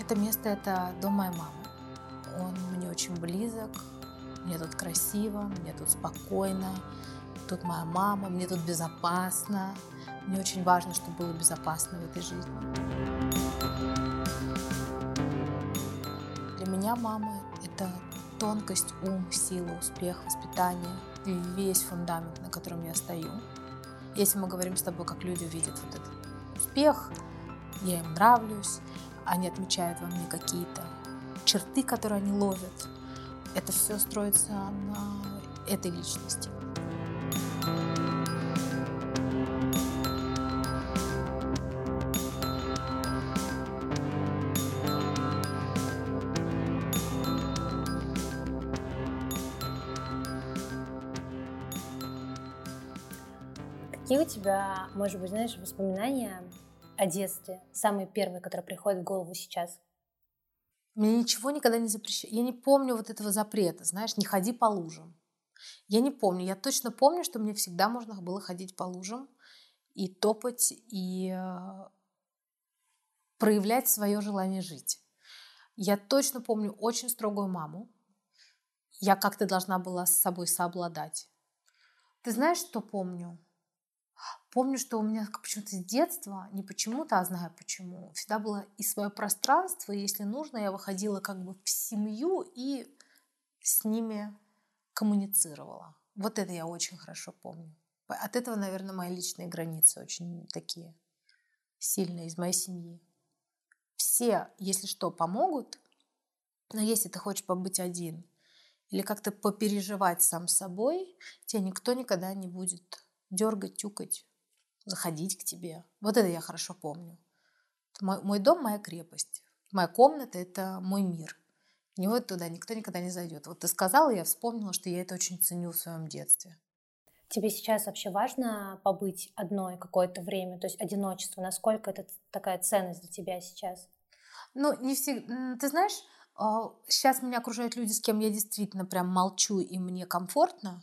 Это место — это дом моей мамы. Он мне очень близок, мне тут красиво, мне тут спокойно, тут моя мама, мне тут безопасно. Мне очень важно, чтобы было безопасно в этой жизни. Для меня мама — это тонкость, ум, сила, успех, воспитание, весь фундамент, на котором я стою. Если мы говорим с тобой, как люди видят вот этот успех, я им нравлюсь, они отмечают во мне какие-то черты, которые они ловят. Это все строится на этой личности. Какие у тебя, может быть, знаешь, воспоминания о детстве, самые первые, которые приходят в голову сейчас? Мне ничего никогда не запрещают. Я не помню вот этого запрета, знаешь, не ходи по лужам. Я не помню. Я точно помню, что мне всегда можно было ходить по лужам и топать, и проявлять свое желание жить. Я точно помню очень строгую маму. Я как-то должна была с собой сообладать. Ты знаешь, что помню? Помню, что у меня почему-то с детства, не почему-то, а знаю почему, всегда было и свое пространство, и если нужно, я выходила как бы в семью и с ними коммуницировала. Вот это я очень хорошо помню. От этого, наверное, мои личные границы очень такие сильные из моей семьи. Все, если что, помогут, но если ты хочешь побыть один или как-то попереживать сам с собой, тебя никто никогда не будет дергать, тюкать, заходить к тебе. Вот это я хорошо помню. Мой дом — моя крепость. Моя комната — это мой мир. В него туда никто никогда не зайдет. Вот ты сказала, и я вспомнила, что я это очень ценю в своем детстве. Тебе сейчас вообще важно побыть одной какое-то время? То есть одиночество, насколько это такая ценность для тебя сейчас? Ну, не всегда. Ты знаешь, сейчас меня окружают люди, с кем я действительно прям молчу, и мне комфортно.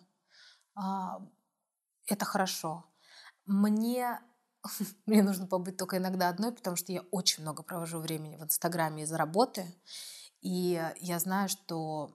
А, Это хорошо. Мне Мне нужно побыть только иногда одной, потому что я очень много провожу времени в Инстаграме из-за работы. И я знаю, что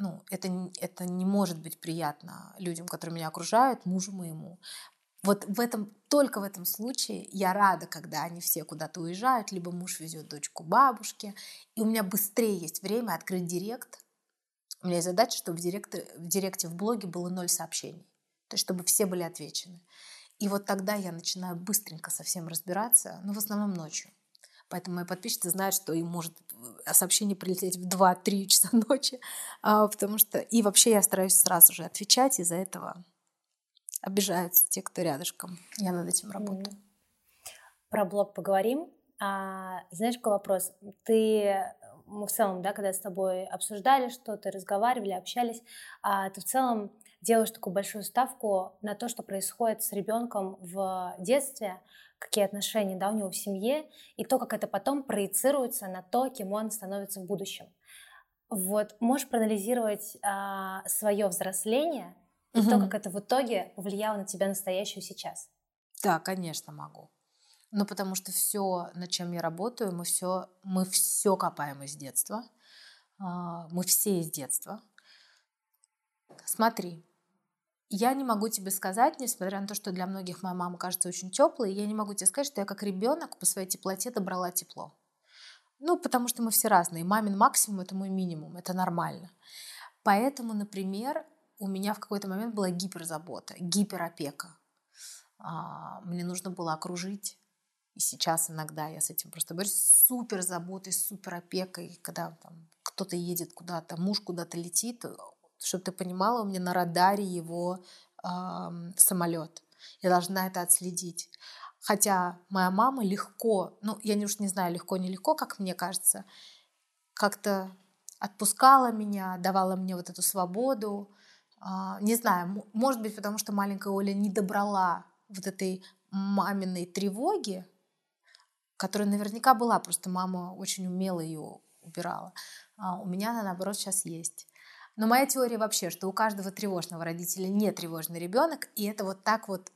это не может быть приятно людям, которые меня окружают, мужу моему. Вот только в этом случае я рада, когда они все куда-то уезжают, либо муж везет дочку к бабушке, и у меня быстрее есть время открыть директ. У меня есть задача, чтобы в директе в блоге было 0 сообщений. То есть чтобы все были отвечены. И вот тогда я начинаю быстренько со всем разбираться, в основном ночью. Поэтому мои подписчицы знают, что им может сообщение прилететь в 2-3 часа ночи, потому что... И вообще я стараюсь сразу же отвечать, из-за этого обижаются те, кто рядышком. Я над этим работаю. Про блог поговорим. Знаешь, какой вопрос? Мы в целом, да, когда с тобой обсуждали что-то, разговаривали, общались, ты в целом делаешь такую большую ставку на то, что происходит с ребенком в детстве, какие отношения, да, у него в семье, и то, как это потом проецируется на то, кем он становится в будущем. Вот можешь проанализировать свое взросление и то, как это в итоге повлияло на тебя настоящую сейчас? Да, конечно, могу. Потому что все, над чем я работаю, мы все копаем из детства. Мы все из детства. Смотри, я не могу тебе сказать, несмотря на то, что для многих моя мама кажется очень теплой, я не могу тебе сказать, что я как ребенок по своей теплоте добрала тепло. Потому что мы все разные. Мамин максимум — это мой минимум, это нормально. Поэтому, например, у меня в какой-то момент была гиперзабота, гиперопека. Мне нужно было окружить, и сейчас иногда я с этим просто борюсь, супер заботой, супер опекой, когда там кто-то едет куда-то, муж куда-то летит, чтобы ты понимала, у меня на радаре его самолет. Я должна это отследить. Хотя моя мама легко, я уж не знаю, легко-нелегко, как мне кажется, как-то отпускала меня, давала мне вот эту свободу. Не знаю, может быть, потому что маленькая Оля не добрала вот этой маминой тревоги, которая наверняка была, просто мама очень умело ее убирала. У меня она, наоборот, сейчас есть. Но моя теория вообще, что у каждого тревожного родителя не тревожный ребенок, и это вот так вот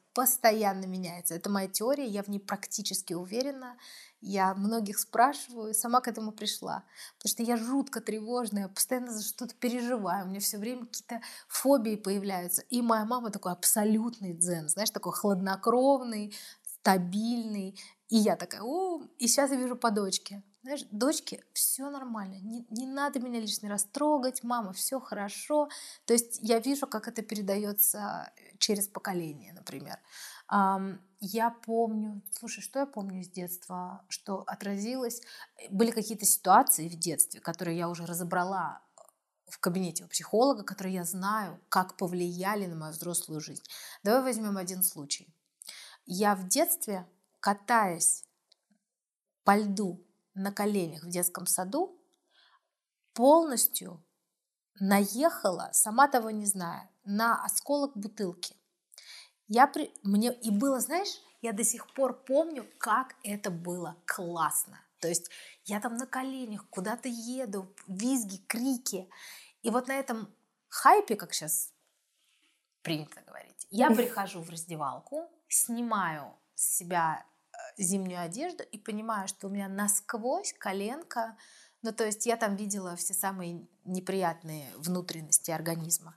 постоянно меняется. Это моя теория, я в ней практически уверена. Я многих спрашиваю, сама к этому пришла. Потому что я жутко тревожная, постоянно за что-то переживаю. У меня все время какие-то фобии появляются. И моя мама такой абсолютный дзен, знаешь, такой хладнокровный, стабильный. И я такая, и сейчас я вижу по дочке. Знаешь, дочке все нормально, не надо меня лишний раз трогать, мама, все хорошо. То есть я вижу, как это передается через поколение, например. Я помню, слушай, что я помню из детства, что отразилось? Были какие-то ситуации в детстве, которые я уже разобрала в кабинете у психолога, которые я знаю, как повлияли на мою взрослую жизнь. Давай возьмем один случай. Я в детстве, катаясь по льду на коленях в детском саду, полностью наехала, сама того не зная, на осколок бутылки. Мне и было, знаешь, я до сих пор помню, как это было классно. То есть я там на коленях куда-то еду, визги, крики. И вот на этом хайпе, как сейчас принято говорить, я прихожу в раздевалку, снимаю с себя зимнюю одежду и понимаю, что у меня насквозь коленка, ну то есть я там видела все самые неприятные внутренности организма.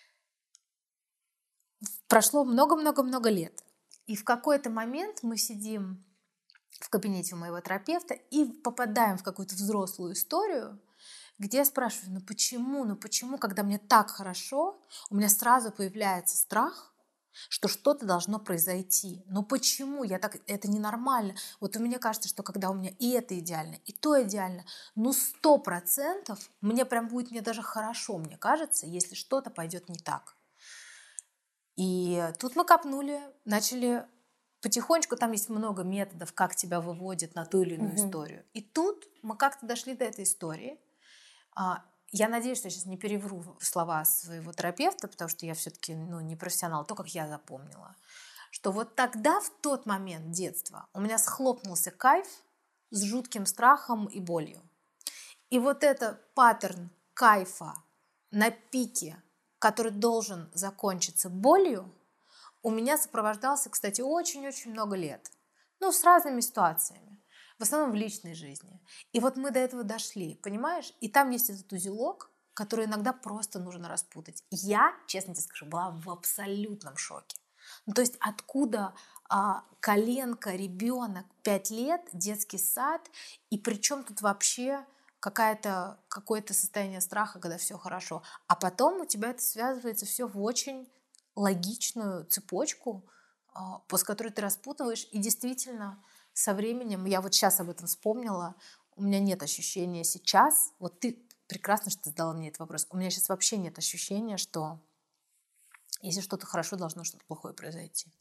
Прошло много-много-много лет. И в какой-то момент мы сидим в кабинете у моего терапевта и попадаем в какую-то взрослую историю, где я спрашиваю, ну почему, когда мне так хорошо, у меня сразу появляется страх, что что-то должно произойти. Ну почему? Это ненормально. Вот у меня кажется, что когда у меня и это идеально, и то идеально, 100% мне прям будет, мне даже хорошо, мне кажется, если что-то пойдет не так. И тут мы копнули, начали потихонечку, там есть много методов, как тебя выводят на ту или иную историю. И тут мы как-то дошли до этой истории. Я надеюсь, что я сейчас не перевру слова своего терапевта, потому что я все-таки не профессионал, то, как я запомнила. Что вот тогда, в тот момент детства, у меня схлопнулся кайф с жутким страхом и болью. И вот этот паттерн кайфа на пике, который должен закончиться болью, у меня сопровождался, кстати, очень-очень много лет. С разными ситуациями. В основном в личной жизни. И вот мы до этого дошли, понимаешь? И там есть этот узелок, который иногда просто нужно распутать. Я, честно тебе скажу, была в абсолютном шоке. То есть откуда коленка, ребенок, 5 лет, детский сад, и причем тут вообще какое-то состояние страха, когда все хорошо. А потом у тебя это связывается все в очень логичную цепочку, после которой ты распутываешь. И действительно, со временем, я вот сейчас об этом вспомнила, у меня нет ощущения сейчас, вот ты прекрасно, что ты задала мне этот вопрос, у меня сейчас вообще нет ощущения, что если что-то хорошо, должно что-то плохое произойти.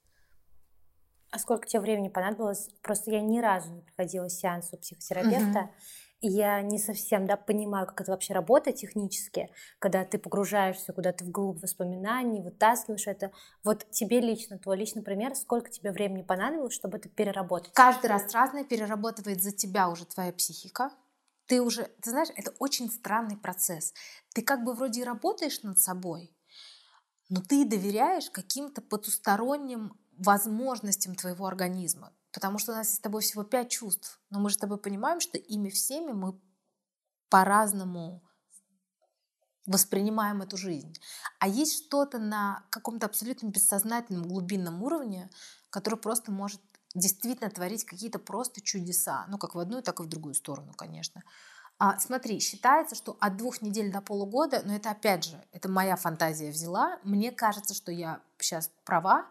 А сколько тебе времени понадобилось? Просто я ни разу не проходила сеанс у психотерапевта, и я не совсем понимаю, как это вообще работает технически, когда ты погружаешься куда-то вглубь воспоминаний, вытаскиваешь это. Вот тебе лично, твой личный пример, сколько тебе времени понадобилось, чтобы это переработать? Каждый раз разное, перерабатывает за тебя уже твоя психика. Ты знаешь, это очень странный процесс. Ты как бы вроде и работаешь над собой, но ты доверяешь каким-то потусторонним возможностям твоего организма. Потому что у нас есть с тобой всего 5 чувств. Но мы же с тобой понимаем, что ими всеми мы по-разному воспринимаем эту жизнь. А есть что-то на каком-то абсолютно бессознательном глубинном уровне, которое просто может действительно творить какие-то просто чудеса. Как в одну, так и в другую сторону, конечно. Смотри, считается, что от 2 недель до полугода, но это опять же, это моя фантазия взяла, мне кажется, что я сейчас права,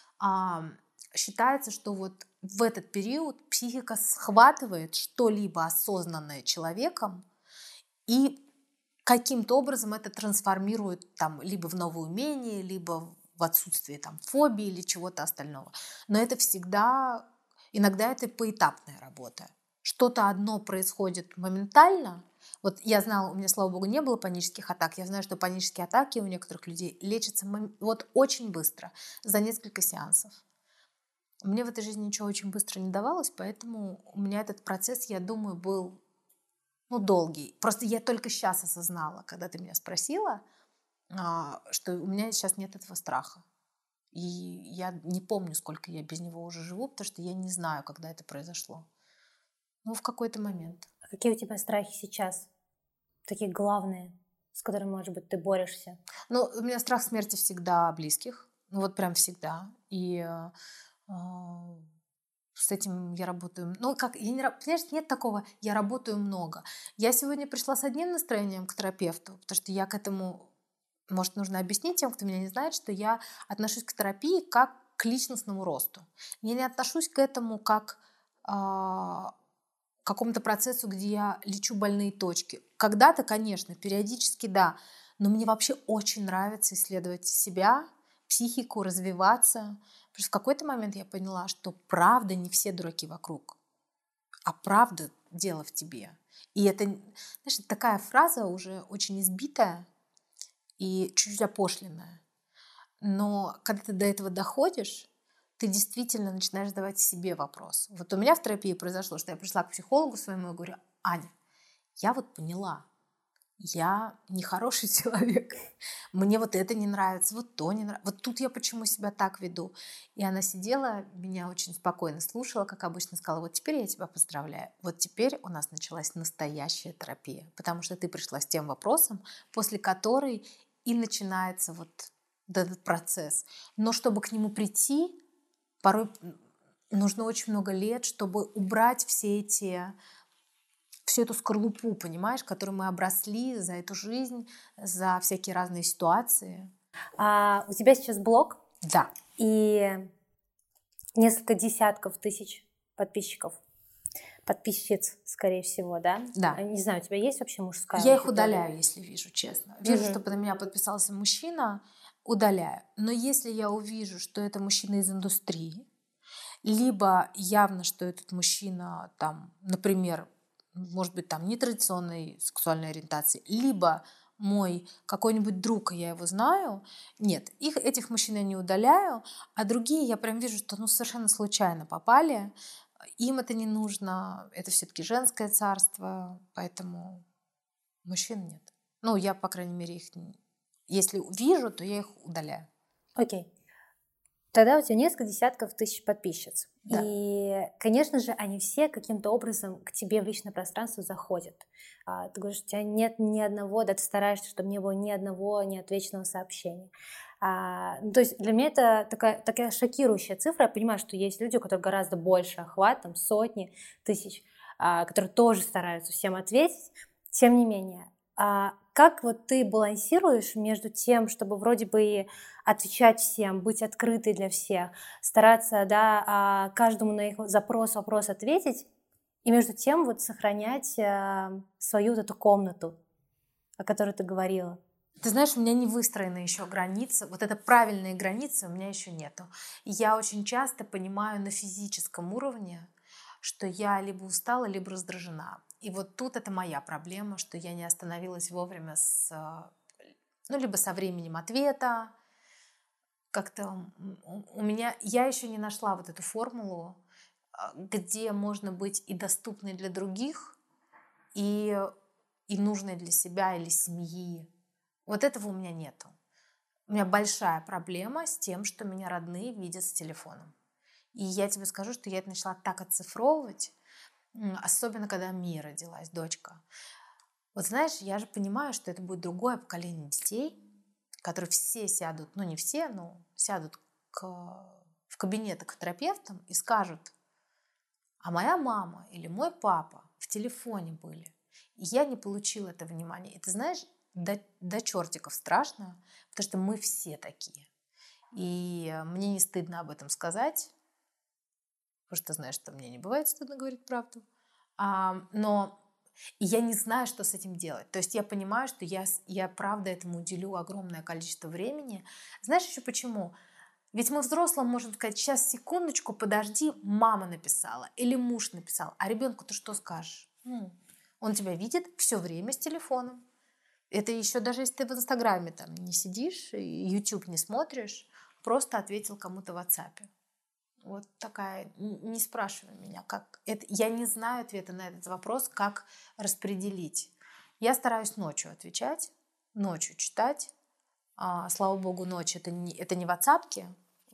считается, что вот в этот период психика схватывает что-либо осознанное человеком и каким-то образом это трансформирует либо в новое умение, либо в отсутствие фобии или чего-то остального. Но это всегда, иногда это поэтапная работа. Что-то одно происходит моментально. Вот я знала, у меня, слава богу, не было панических атак. Я знаю, что панические атаки у некоторых людей лечатся очень быстро, за несколько сеансов. Мне в этой жизни ничего очень быстро не давалось, поэтому у меня этот процесс, я думаю, был долгий. Просто я только сейчас осознала, когда ты меня спросила, что у меня сейчас нет этого страха. И я не помню, сколько я без него уже живу, потому что я не знаю, когда это произошло. Ну, в какой-то момент. А какие у тебя страхи сейчас? Такие главные, с которыми, может быть, ты борешься? Ну, у меня страх смерти всегда близких. Ну, вот прям всегда. И с этим я работаю. Ну, как, я не, понимаешь, нет такого, я работаю много. Я сегодня пришла с одним настроением к терапевту, потому что я к этому, может, нужно объяснить тем, кто меня не знает, что я отношусь к терапии как к личностному росту. Я не отношусь к этому как к какому-то процессу, где я лечу больные точки. Когда-то, конечно, периодически да, но мне вообще очень нравится исследовать себя, психику, развиваться. Потому что в какой-то момент я поняла, что правда не все дураки вокруг, а правда дело в тебе. И это, знаешь, такая фраза уже очень избитая и чуть-чуть опошленная. Но когда ты до этого доходишь, ты действительно начинаешь задавать себе вопрос. Вот у меня в терапии произошло, что я пришла к психологу своему и говорю: Аня, я вот поняла, я нехороший человек, мне вот это не нравится, вот то не нравится, вот тут я почему себя так веду. И она сидела, меня очень спокойно слушала, как обычно, сказала: вот теперь я тебя поздравляю, вот теперь у нас началась настоящая терапия, потому что ты пришла с тем вопросом, после которой и начинается вот этот процесс. Но чтобы к нему прийти, порой нужно очень много лет, чтобы убрать всю эту скорлупу, понимаешь, которой мы обросли за эту жизнь, за всякие разные ситуации. У тебя сейчас блог Да. и несколько десятков тысяч подписчиков. Подписчиц, скорее всего, да? Да. Не знаю, у тебя есть вообще мужская Я их аудитория? удаляю, если вижу, честно. Вижу, чтобы на меня подписался мужчина, удаляю. Но если я увижу, что это мужчина из индустрии, либо явно, что этот мужчина, там, например, может быть, там, нетрадиционной сексуальной ориентации, либо мой какой-нибудь друг, и я его знаю, нет, этих мужчин я не удаляю, а другие я прям вижу, что ну, совершенно случайно попали, им это не нужно, это все-таки женское царство, поэтому мужчин нет. Ну, я, по крайней мере, если вижу, то я их удаляю. Окей. Тогда у тебя несколько десятков тысяч подписчиц. Да. И, конечно же, они все каким-то образом к тебе в личное пространство заходят. Ты говоришь, у тебя нет ни одного, да, ты стараешься, чтобы не было ни одного неотвеченного сообщения. То есть для меня это такая шокирующая цифра. Я понимаю, что есть люди, у которых гораздо больше охват, там сотни тысяч, которые тоже стараются всем ответить. Тем не менее, как вот ты балансируешь между тем, чтобы вроде бы и отвечать всем, быть открытой для всех, стараться, да, каждому на их вопрос ответить, и между тем вот сохранять свою вот эту комнату, о которой ты говорила? Ты знаешь, у меня не выстроена еще граница. Вот это правильные границы у меня еще нету. И я очень часто понимаю на физическом уровне, что я либо устала, либо раздражена. И вот тут это моя проблема, что я не остановилась вовремя либо со временем ответа. Как-то у меня, я еще не нашла вот эту формулу, где можно быть и доступной для других, и нужной для себя или семьи. Вот этого у меня нету. У меня большая проблема с тем, что меня родные видят с телефоном. И я тебе скажу, что я это начала так оцифровывать, особенно когда Мия родилась, дочка. Вот знаешь, я же понимаю, что это будет другое поколение детей, которые все сядут, ну не все, но сядут в кабинеты к терапевтам и скажут: а моя мама или мой папа в телефоне были, и я не получила это внимание. И ты знаешь, до чертиков страшно, потому что мы все такие. И мне не стыдно об этом сказать, потому что знаешь, что мне не бывает стыдно говорить правду. Но я не знаю, что с этим делать. То есть я понимаю, что я правда этому уделю огромное количество времени. Знаешь еще почему? Ведь мы взрослым можем сказать: сейчас, секундочку, подожди, мама написала или муж написал. А ребенку ты что скажешь? Он тебя видит все время с телефоном. Это еще даже если ты в Инстаграме там не сидишь, YouTube не смотришь, просто ответил кому-то в WhatsApp. Вот такая, не спрашивай меня, как это. Я не знаю ответа на этот вопрос, как распределить. Я стараюсь ночью отвечать, ночью читать. Слава богу, ночь это не в WhatsApp.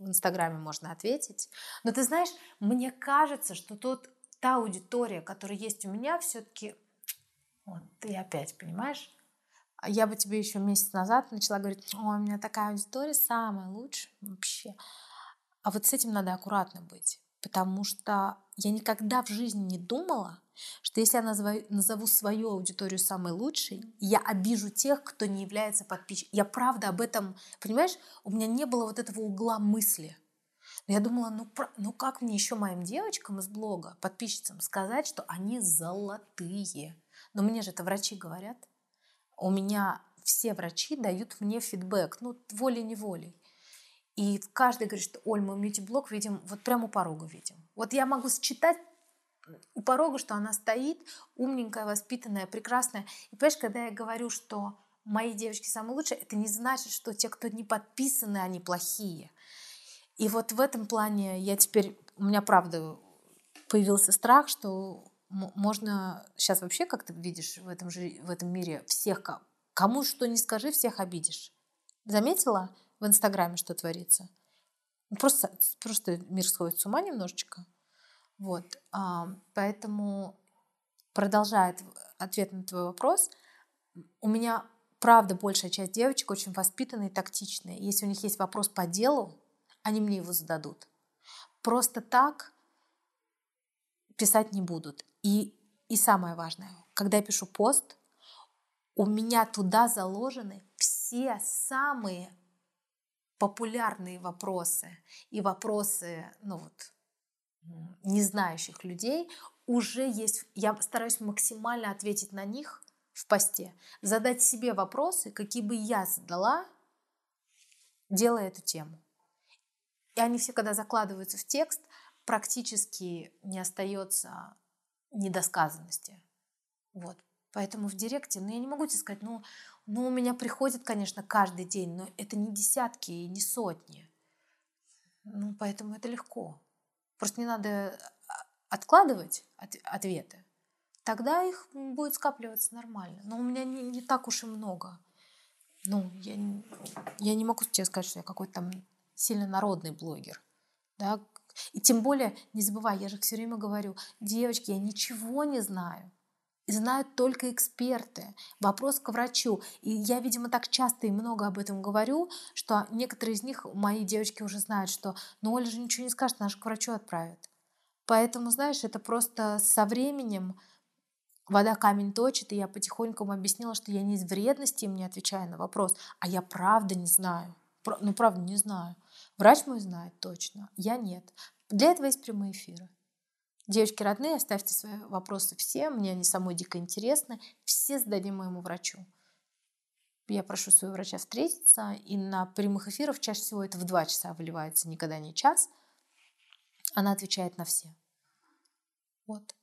в Инстаграме можно ответить. Но ты знаешь, мне кажется, что та аудитория, которая есть у меня, все-таки... Вот, ты опять, понимаешь? А я бы тебе еще месяц назад начала говорить: ой, у меня такая аудитория самая лучшая вообще. А вот с этим надо аккуратно быть, потому что я никогда в жизни не думала, что если я назову свою аудиторию самой лучшей, я обижу тех, кто не является подписчиком. Я правда об этом, понимаешь, у меня не было вот этого угла мысли. Но я думала, ну как мне еще моим девочкам из блога, подписчицам сказать, что они золотые? Но мне же это врачи говорят. У меня все врачи дают мне фидбэк, волей-неволей. И каждый говорит, что: Оль, мы бьюти-блог видим, вот прямо у порога видим. Вот я могу считать у порога, что она стоит, умненькая, воспитанная, прекрасная. И понимаешь, когда я говорю, что мои девочки самые лучшие, это не значит, что те, кто не подписаны, они плохие. И вот в этом плане у меня правда появился страх, что можно сейчас вообще, как ты видишь, в этом мире всех, кому что не скажи, всех обидишь. Заметила в Инстаграме, что творится? Просто мир сходит с ума немножечко. Вот. Поэтому, продолжая ответ на твой вопрос, у меня, правда, большая часть девочек очень воспитанные и тактичные. Если у них есть вопрос по делу, они мне его зададут. Просто так писать не будут. И самое важное, когда я пишу пост, у меня туда заложены все самые популярные вопросы и вопросы, незнающих людей уже есть. Я стараюсь максимально ответить на них в посте, задать себе вопросы, какие бы я задала, делая эту тему. И они все, когда закладываются в текст, практически не остается недосказанности. Вот. Поэтому в директе, я не могу тебе сказать, у меня приходит, конечно, каждый день, но это не десятки и не сотни. Поэтому это легко. Просто не надо откладывать ответы. Тогда их будет скапливаться нормально. Но у меня не так уж и много. Я не могу тебе сказать, что я какой-то там сильно народный блогер. Да? И тем более, не забывай, я же все время говорю: девочки, я ничего не знаю. И знают только эксперты. Вопрос к врачу. И я, видимо, так часто и много об этом говорю, что некоторые из них, мои девочки, уже знают, что Оля же ничего не скажет, нас же к врачу отправят. Поэтому, знаешь, это просто со временем вода камень точит, и я потихоньку им объяснила, что я не из вредности им не отвечаю на вопрос, а я правда не знаю. Правда не знаю. Врач мой знает точно, я нет. Для этого есть прямые эфиры. Девочки родные, оставьте свои вопросы все, мне они самой дико интересны, все зададим моему врачу. Я прошу своего врача встретиться, и на прямых эфирах чаще всего это в 2 часа выливается, никогда не час. Она отвечает на все. Вот.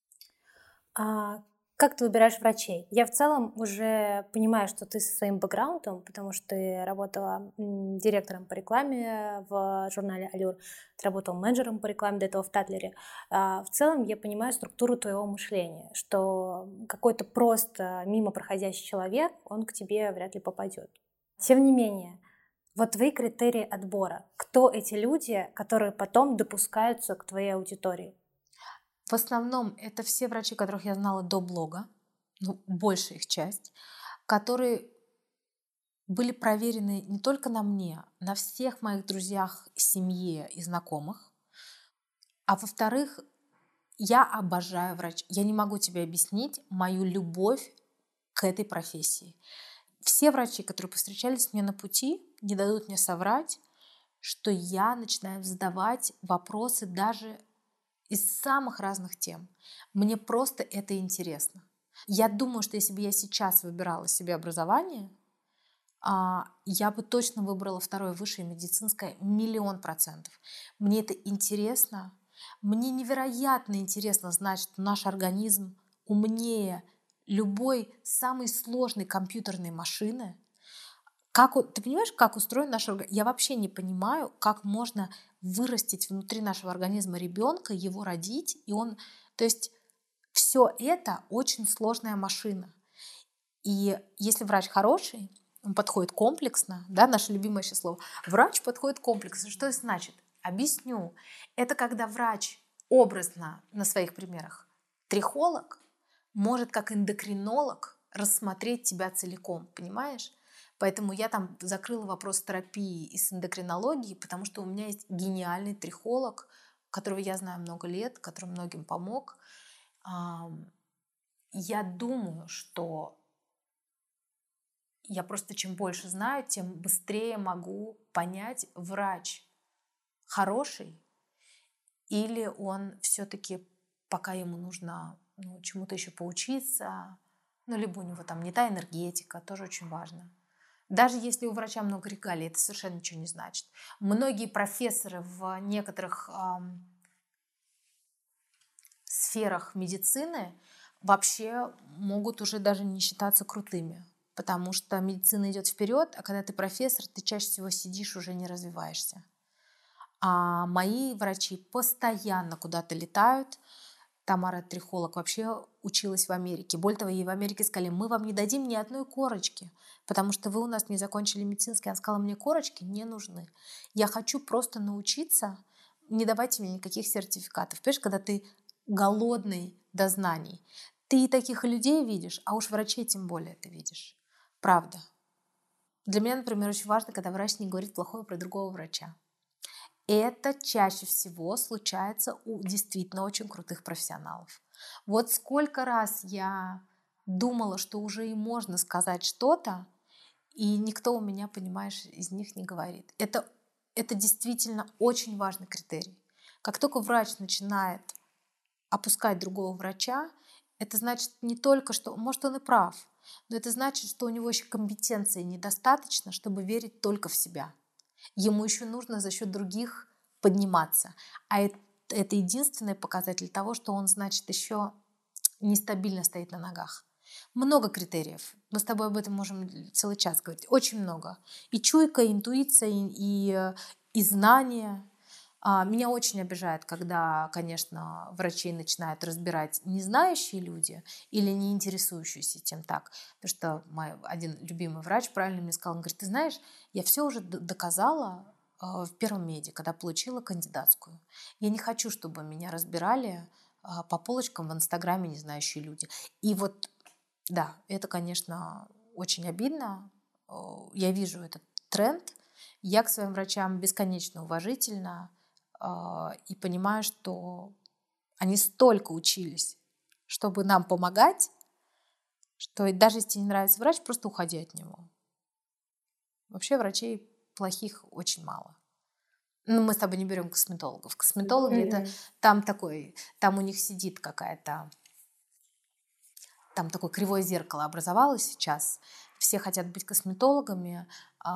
Как ты выбираешь врачей? Я в целом уже понимаю, что ты со своим бэкграундом, потому что ты работала директором по рекламе в журнале «Allure», ты работал менеджером по рекламе до этого в Татлере. В целом я понимаю структуру твоего мышления, что какой-то просто мимо проходящий человек, он к тебе вряд ли попадет. Тем не менее, вот твои критерии отбора. Кто эти люди, которые потом допускаются к твоей аудитории? В основном это все врачи, которых я знала до блога, большая их часть, которые были проверены не только на мне, на всех моих друзьях, семье и знакомых. А во-вторых, я обожаю врачей. Я не могу тебе объяснить мою любовь к этой профессии. Все врачи, которые повстречались мне на пути, не дадут мне соврать, что я начинаю задавать вопросы даже из самых разных тем. Мне просто это интересно. Я думаю, что если бы я сейчас выбирала себе образование, я бы точно выбрала 2-е высшее медицинское 1000000%. Мне это интересно. Мне невероятно интересно знать, что наш организм умнее любой самой сложной компьютерной машины. Ты понимаешь, как устроен наш организм? Я вообще не понимаю, как можно вырастить внутри нашего организма ребенка, его родить, то есть все это очень сложная машина. И если врач хороший, он подходит комплексно, да, наше любимое сейчас слово. Врач подходит комплексно. Что это значит? Объясню. Это когда врач образно на своих примерах, трихолог, может как эндокринолог рассмотреть тебя целиком, понимаешь? Поэтому я там закрыла вопрос терапии и с эндокринологией, потому что у меня есть гениальный трихолог, которого я знаю много лет, который многим помог. Я думаю, что я просто чем больше знаю, тем быстрее могу понять, врач хороший или он все-таки, пока ему нужно чему-то еще поучиться, либо у него там не та энергетика, тоже очень важно. Даже если у врача много регалий, это совершенно ничего не значит. Многие профессоры в некоторых сферах медицины вообще могут уже даже не считаться крутыми, потому что медицина идет вперед, а когда ты профессор, ты чаще всего сидишь, уже не развиваешься. А мои врачи постоянно куда-то летают. Тамара Трихолог вообще училась в Америке. Более того, ей в Америке сказали: мы вам не дадим ни одной корочки, потому что вы у нас не закончили медицинский. Она сказала: мне корочки не нужны. Я хочу просто научиться, не давайте мне никаких сертификатов. Понимаешь, когда ты голодный до знаний, ты и таких людей видишь, а уж врачей тем более ты видишь. Правда. Для меня, например, очень важно, когда врач не говорит плохое про другого врача. Это чаще всего случается у действительно очень крутых профессионалов. Вот сколько раз я думала, что уже и можно сказать что-то, и никто у меня, понимаешь, из них не говорит. Это действительно очень важный критерий. Как только врач начинает опускать другого врача, это значит не только, что, может, он и прав, но это значит, что у него еще компетенции недостаточно, чтобы верить только в себя. Ему еще нужно за счет других подниматься. А это единственный показатель того, что он, значит, еще нестабильно стоит на ногах. Много критериев. Мы с тобой об этом можем целый час говорить. Очень много. И чуйка, и интуиция, и знания. Меня очень обижает, когда, конечно, врачей начинают разбирать не знающие люди или не интересующиеся тем так. Потому что мой один любимый врач правильно мне сказал, он говорит: ты знаешь, я все уже доказала в первом меди, когда получила кандидатскую. Я не хочу, чтобы меня разбирали по полочкам в Инстаграме не знающие люди. И вот, да, это, конечно, очень обидно. Я вижу этот тренд. Я к своим врачам бесконечно уважительна и понимаю, что они столько учились, чтобы нам помогать, что даже если тебе не нравится врач, просто уходи от него. Вообще врачей плохих очень мало. Мы с тобой не берем косметологов. Косметологи это там у них сидит какая-то, там такое кривое зеркало образовалось сейчас. Все хотят быть косметологами,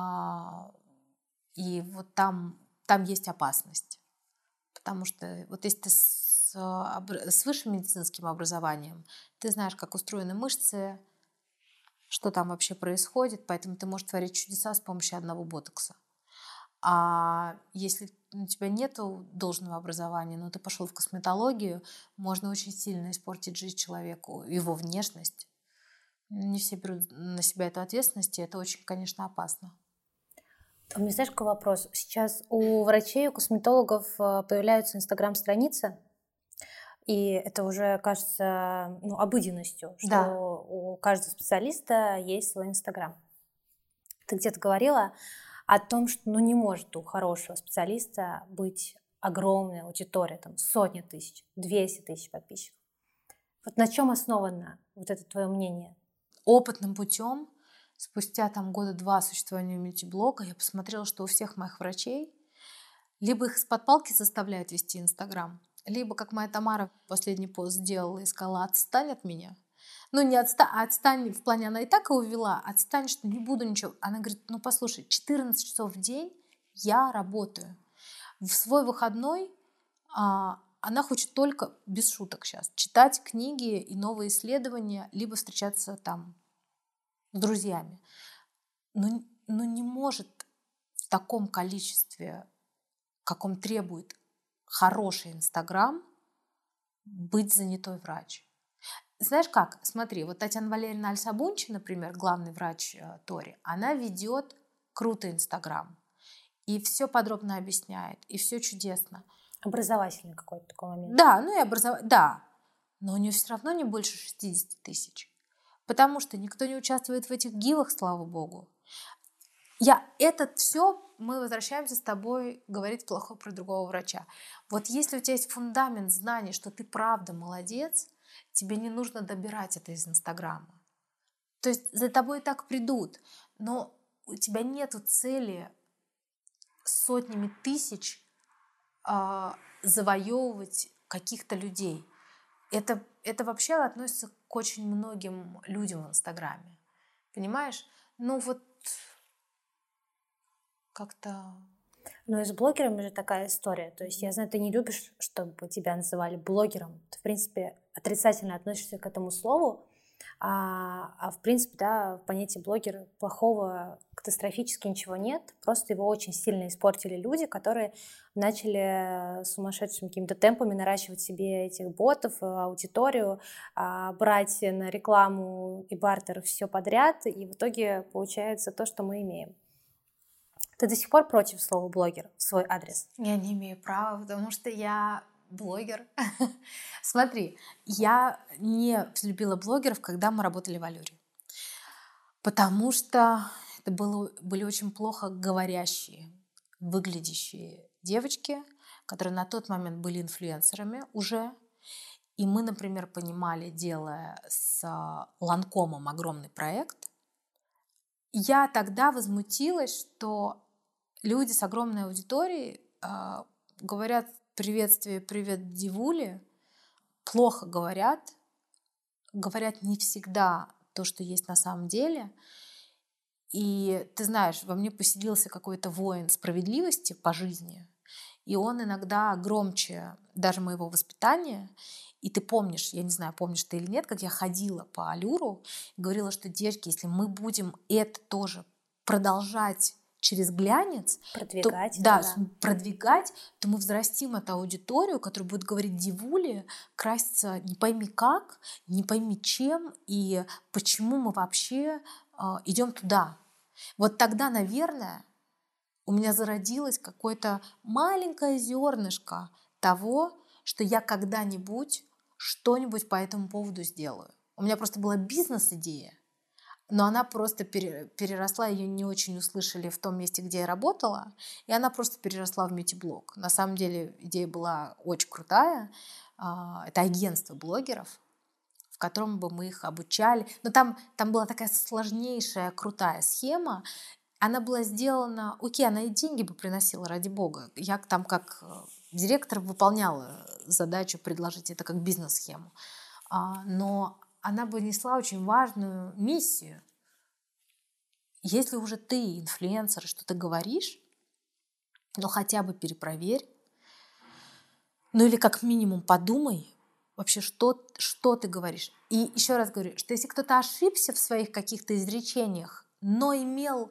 и вот там есть опасность. Потому что вот если ты с высшим медицинским образованием, ты знаешь, как устроены мышцы, что там вообще происходит, поэтому ты можешь творить чудеса с помощью одного ботокса. А если у тебя нет должного образования, но ты пошел в косметологию, можно очень сильно испортить жизнь человеку, его внешность. Не все берут на себя эту ответственность, и это очень, конечно, опасно. У меня, знаешь, какой вопрос? Сейчас у врачей, у косметологов появляются инстаграм-страницы, и это уже кажется обыденностью, что Да. у каждого специалиста есть свой инстаграм. Ты где-то говорила о том, что не может у хорошего специалиста быть огромная аудитория, там сотни тысяч, 200 тысяч подписчиков. Вот на чем основано вот это твое мнение? Опытным путем, спустя там года 2 существования мультиблога, я посмотрела, что у всех моих врачей либо их с-под палки заставляют вести Инстаграм, либо, как моя Тамара последний пост сделала и сказала: отстань от меня. Не отстань в плане, она и так его вела, отстань, что не буду ничего. Она говорит: послушай, 14 часов в день я работаю. В свой выходной она хочет только, без шуток сейчас, читать книги и новые исследования, либо встречаться там с друзьями. Но не может в таком количестве, каком требует хороший Инстаграм, быть занятой врач. Знаешь как? Смотри, вот Татьяна Валерьевна Аль-Сабунчи, например, главный врач Тори, она ведет круто Инстаграм. И все подробно объясняет, и все чудесно. Образовательный какой-то такой момент. Да, ну и образование, да. Но у нее все равно не больше 60 тысяч. Потому что никто не участвует в этих гивах, слава богу. Мы возвращаемся с тобой говорить плохо про другого врача. Вот если у тебя есть фундамент знаний, что ты правда молодец, тебе не нужно добирать это из Инстаграма. То есть за тобой и так придут, но у тебя нет цели сотнями тысяч завоевывать каких-то людей. Это вообще относится к очень многим людям в Инстаграме. Понимаешь? Ну вот как-то... Но и с блогерами же такая история. То есть я знаю, ты не любишь, чтобы тебя называли блогером. Ты, в принципе, отрицательно относишься к этому слову. В принципе, да, в понятии блогер плохого катастрофически ничего нет. Просто его очень сильно испортили люди, которые начали сумасшедшими какими-то темпами наращивать себе этих ботов, аудиторию, брать на рекламу и бартер все подряд. И в итоге получается то, что мы имеем. Ты до сих пор против слова блогер в свой адрес? Я не имею права, потому что я блогер. Смотри, я не взлюбила блогеров, когда мы работали в Алюре. Потому что это были очень плохо говорящие, выглядящие девочки, которые на тот момент были инфлюенсерами уже. И мы, например, понимали, делая с Ланкомом огромный проект, я тогда возмутилась, что люди с огромной аудиторией говорят приветствие, привет, дивули, плохо говорят не всегда то, что есть на самом деле. И ты знаешь, во мне поселился какой-то воин справедливости по жизни, и он иногда громче даже моего воспитания. И ты помнишь, я не знаю, помнишь ты или нет, как я ходила по Алюру и говорила, что, девочки, если мы будем это тоже продолжать через глянец, продвигать, то мы взрастим эту аудиторию, которая будет говорить дивули, краситься не пойми как, не пойми чем и почему мы вообще идем туда. Вот тогда, наверное, у меня зародилось какое-то маленькое зернышко того, что я когда-нибудь что-нибудь по этому поводу сделаю. У меня просто была бизнес-идея, но она просто переросла, ее не очень услышали в том месте, где я работала, и она просто переросла в бьюти-блог. На самом деле идея была очень крутая. Это агентство блогеров, в котором бы мы их обучали. Но там была такая сложнейшая, крутая схема. Она была сделана... Окей, она и деньги бы приносила, ради бога. Я там как директор выполняла задачу предложить это как бизнес-схему. Но она бы несла очень важную миссию. Если уже ты инфлюенсер и что-то говоришь, ну хотя бы перепроверь. Ну или как минимум подумай вообще, что ты говоришь. И еще раз говорю, что если кто-то ошибся в своих каких-то изречениях, но имел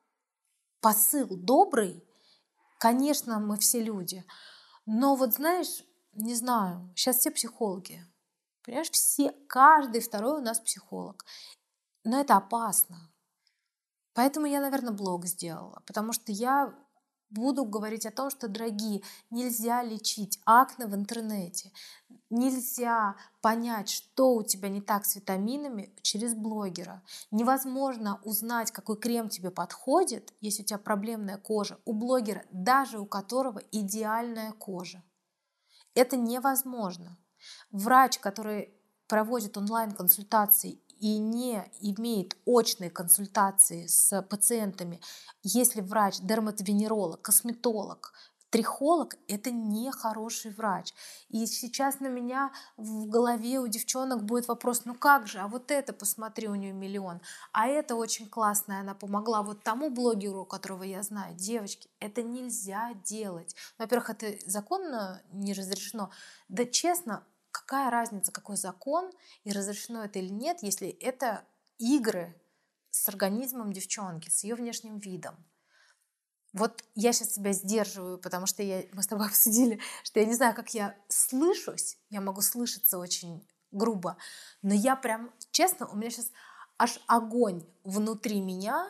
посыл добрый, конечно, мы все люди. Но вот знаешь, не знаю, сейчас все психологи. Понимаешь, каждый второй у нас психолог. Но это опасно. Поэтому я, наверное, блог сделала. Потому что я буду говорить о том, что, дорогие, нельзя лечить акне в интернете. Нельзя понять, что у тебя не так с витаминами через блогера. Невозможно узнать, какой крем тебе подходит, если у тебя проблемная кожа, у блогера, даже у которого идеальная кожа. Это невозможно. Врач, который проводит онлайн-консультации и не имеет очной консультации с пациентами, если врач дерматовенеролог, косметолог, трихолог, это не хороший врач. И сейчас на меня в голове у девчонок будет вопрос, ну как же, а вот это посмотри, у нее 1 миллион, а это очень классная, она помогла вот тому блогеру, которого я знаю. Девочки, это нельзя делать. Во-первых, это законно не разрешено. Да честно, какая разница, какой закон и разрешено это или нет, если это игры с организмом девчонки, с ее внешним видом. Вот я сейчас себя сдерживаю, потому что мы с тобой обсудили, что я не знаю, как я слышусь. Я могу слышаться очень грубо. Но я прям, честно, у меня сейчас аж огонь внутри меня,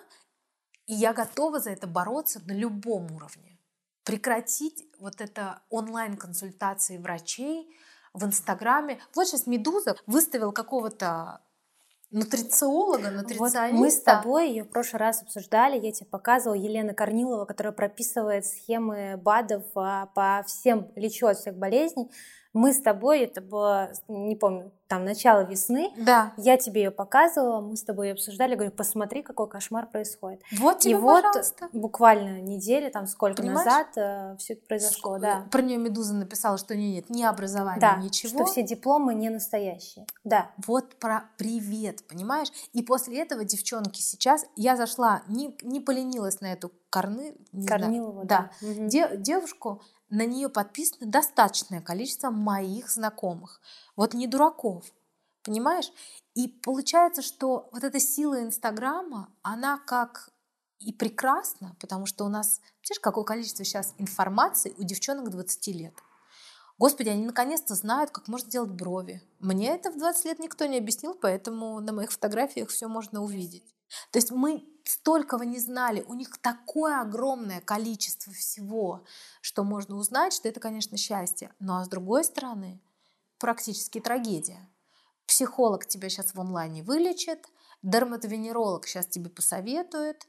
и я готова за это бороться на любом уровне. Прекратить вот это онлайн-консультации врачей в Инстаграме. Вот сейчас «Медуза» выставил какого-то нутрициолога, Вот мы с нутрициониста. тобой ее в прошлый раз обсуждали, я тебе показывала, Елена Корнилова, которая прописывает схемы БАДов по всем, лечу от всех болезней. Мы с тобой, это было, не помню, там начало весны, Да. я тебе ее показывала, мы с тобой ее обсуждали, говорю, посмотри, какой кошмар происходит. Вот тебе, И вот пожалуйста. буквально недели, там сколько Понимаешь? назад все это произошло, да. Про нее «Медуза» написала, что у нее нет ни образования, Да, ничего. что все дипломы не настоящие, да. Вот про привет, понимаешь? И после этого девчонки сейчас, я зашла, не поленилась на эту Корнилову, да, Мгм. девушку, на нее подписано достаточное количество моих знакомых. Вот не дураков, понимаешь? И получается, что вот эта сила Инстаграма, она как и прекрасна, потому что у нас, знаешь, какое количество сейчас информации у девчонок 20 лет. Господи, они наконец-то знают, как можно делать брови. Мне это в 20 лет никто не объяснил, поэтому на моих фотографиях все можно увидеть. То есть мы столького не знали, у них такое огромное количество всего, что можно узнать, что это, конечно, счастье. Ну а с другой стороны, практически трагедия. Психолог тебя сейчас в онлайне вылечит, дерматовенеролог сейчас тебе посоветует,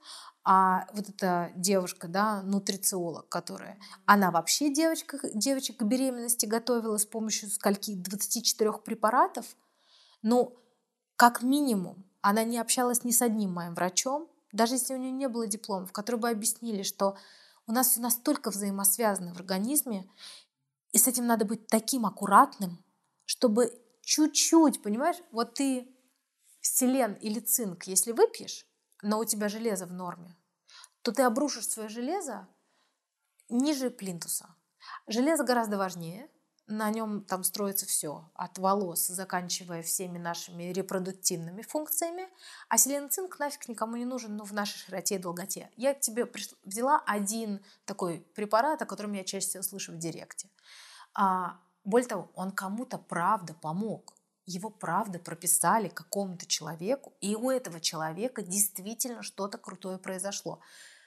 а вот эта девушка, да, нутрициолог, которая, она вообще девочек к беременности готовила с помощью скольки 24 препаратов, ну, как минимум, она не общалась ни с одним моим врачом, даже если у нее не было дипломов, которые бы объяснили, что у нас все настолько взаимосвязано в организме, и с этим надо быть таким аккуратным, чтобы чуть-чуть, понимаешь, вот ты селен или цинк, если выпьешь, но у тебя железо в норме, то ты обрушишь свое железо ниже плинтуса. Железо гораздо важнее, на нем там строится все, от волос, заканчивая всеми нашими репродуктивными функциями, а селен и цинк нафиг никому не нужен, ну, в нашей широте и долготе. Я тебе взяла один такой препарат, о котором я чаще всего слышу в директе. Более того, он кому-то правда помог. Его правда прописали какому-то человеку, и у этого человека действительно что-то крутое произошло.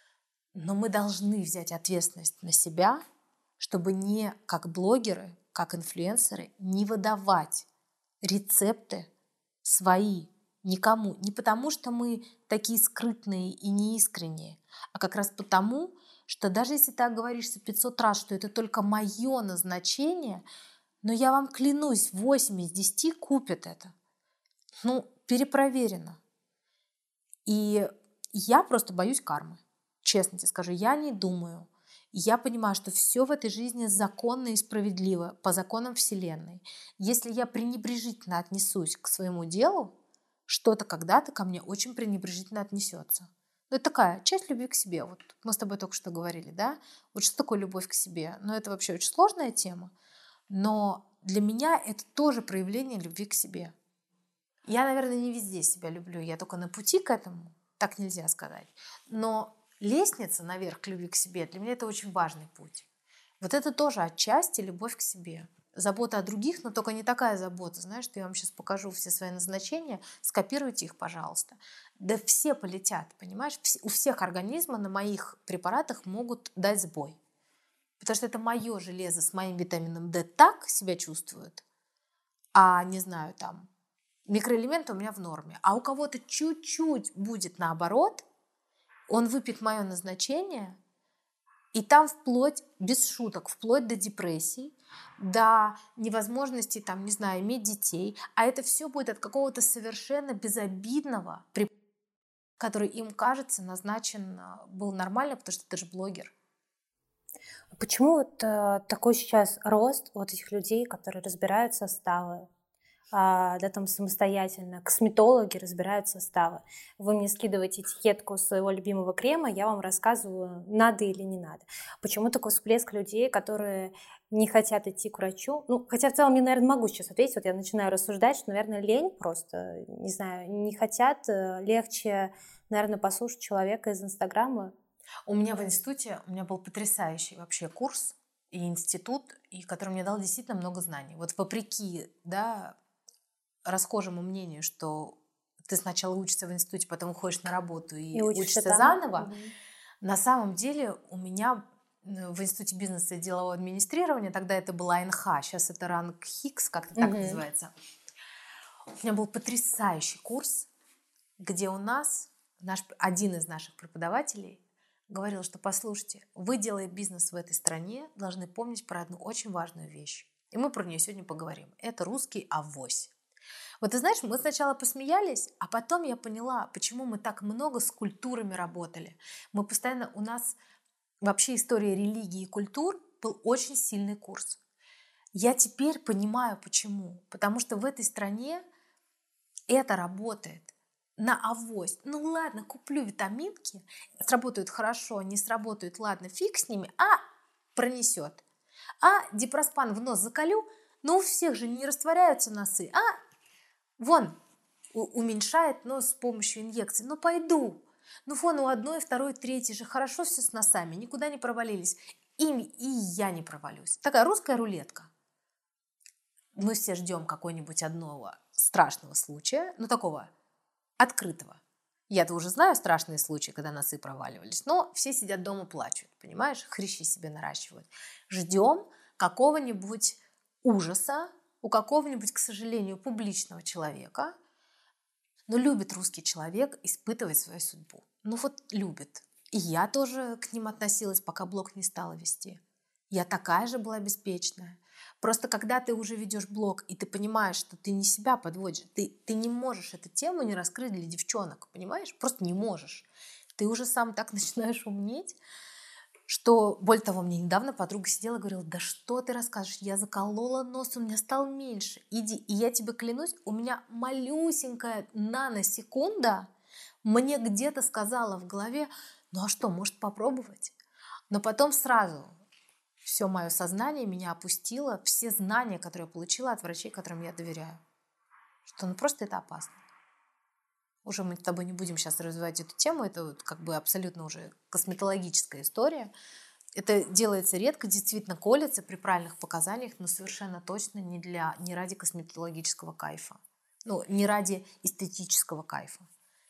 Но мы должны взять ответственность на себя, чтобы не как блогеры, как инфлюенсеры не выдавать рецепты свои никому. Не потому, что мы такие скрытные и неискренние, а как раз потому, что даже если ты оговоришься 500 раз, что это только мое назначение, но я вам клянусь, 8 из 10 купят это. Ну, перепроверено. И я просто боюсь кармы. Честно тебе скажу, я не думаю. Я понимаю, что все в этой жизни законно и справедливо, по законам Вселенной. Если я пренебрежительно отнесусь к своему делу, что-то когда-то ко мне очень пренебрежительно отнесется. Ну, это такая часть любви к себе. Вот мы с тобой только что говорили, да? Вот что такое любовь к себе? Ну, это вообще очень сложная тема. Но для меня это тоже проявление любви к себе. Я, наверное, не везде себя люблю, я только на пути к этому, так нельзя сказать. Но лестница наверх к любви к себе, для меня это очень важный путь. Вот это тоже отчасти любовь к себе. Забота о других, но только не такая забота. Знаешь, что я вам сейчас покажу все свои назначения, скопируйте их, пожалуйста. Да все полетят, понимаешь? У всех организма на моих препаратах могут дать сбой. Потому что это мое железо с моим витамином D так себя чувствует, а не знаю, там, микроэлементы у меня в норме. А у кого-то чуть-чуть будет наоборот, он выпьет мое назначение, и там вплоть, без шуток, вплоть до депрессий, до невозможности, там, не знаю, иметь детей. А это все будет от какого-то совершенно безобидного препарата, который им кажется назначен был нормально, потому что ты же блогер. Почему вот такой сейчас рост вот этих людей, которые разбирают составы, да, там самостоятельно, косметологи разбирают составы. Вы мне скидываете этикетку своего любимого крема, я вам рассказываю, надо или не надо. Почему такой всплеск людей, которые не хотят идти к врачу? Ну, хотя в целом я, наверное, могу сейчас ответить, вот я начинаю рассуждать, что, наверное, лень просто, не знаю, не хотят, легче, наверное, послушать человека из Инстаграма. У меня в институте был потрясающий вообще курс и институт, и который мне дал действительно много знаний. Вот вопреки, да, расхожему мнению, что ты сначала учишься в институте, потом уходишь на работу и учишься учишься там. заново, на самом деле у меня в Институте бизнеса и делового администрирования, тогда это была АНХ, сейчас это ранг Хикс, как-то так называется. У меня был потрясающий курс, где у нас один из наших преподавателей говорил, что послушайте, вы, делая бизнес в этой стране, должны помнить про одну очень важную вещь. И мы про нее сегодня поговорим. Это русский авось. Вот ты знаешь, мы сначала посмеялись, а потом я поняла, почему мы так много с культурами работали. Мы постоянно, у нас вообще история религии и культур был очень сильный курс. Я теперь понимаю, почему. Потому что в этой стране это работает на авось. Ну ладно, куплю витаминки, сработают хорошо, не сработают, ладно, фиг с ними, пронесет. Дипроспан в нос заколю, но у всех же не растворяются носы. Вон, уменьшает нос с помощью инъекций. Ну пойду. Ну вон у одной, второй, третьей же хорошо все с носами, никуда не провалились. И я не провалюсь. Такая русская рулетка. Мы все ждем какого-нибудь одного страшного случая, ну такого открытого. Я-то уже знаю страшные случаи, когда носы проваливались, но все сидят дома, плачут, понимаешь? Хрящи себе наращивают. Ждем какого-нибудь ужаса у какого-нибудь, к сожалению, публичного человека. Но любит русский человек испытывать свою судьбу. Ну вот любит. И я тоже к ним относилась, пока блог не стала вести. Я такая же была беспечная. Просто когда ты уже ведешь блог, и ты понимаешь, что ты не себя подводишь, ты не можешь эту тему не раскрыть для девчонок, понимаешь? Просто не можешь. Ты уже сам так начинаешь умнеть, что, более того, мне недавно подруга сидела и говорила, да что ты расскажешь, я заколола нос, у меня стал меньше, иди. И я тебе клянусь, у меня малюсенькая наносекунда мне где-то сказала в голове, ну а что, может попробовать? Но потом сразу все мое сознание меня опустило, все знания, которые я получила от врачей, которым я доверяю, что ну просто это опасно. Уже мы с тобой не будем сейчас развивать эту тему, это вот как бы абсолютно уже косметологическая история. Это делается редко, действительно колется при правильных показаниях, но совершенно точно не ради косметологического кайфа. Ну, не ради эстетического кайфа.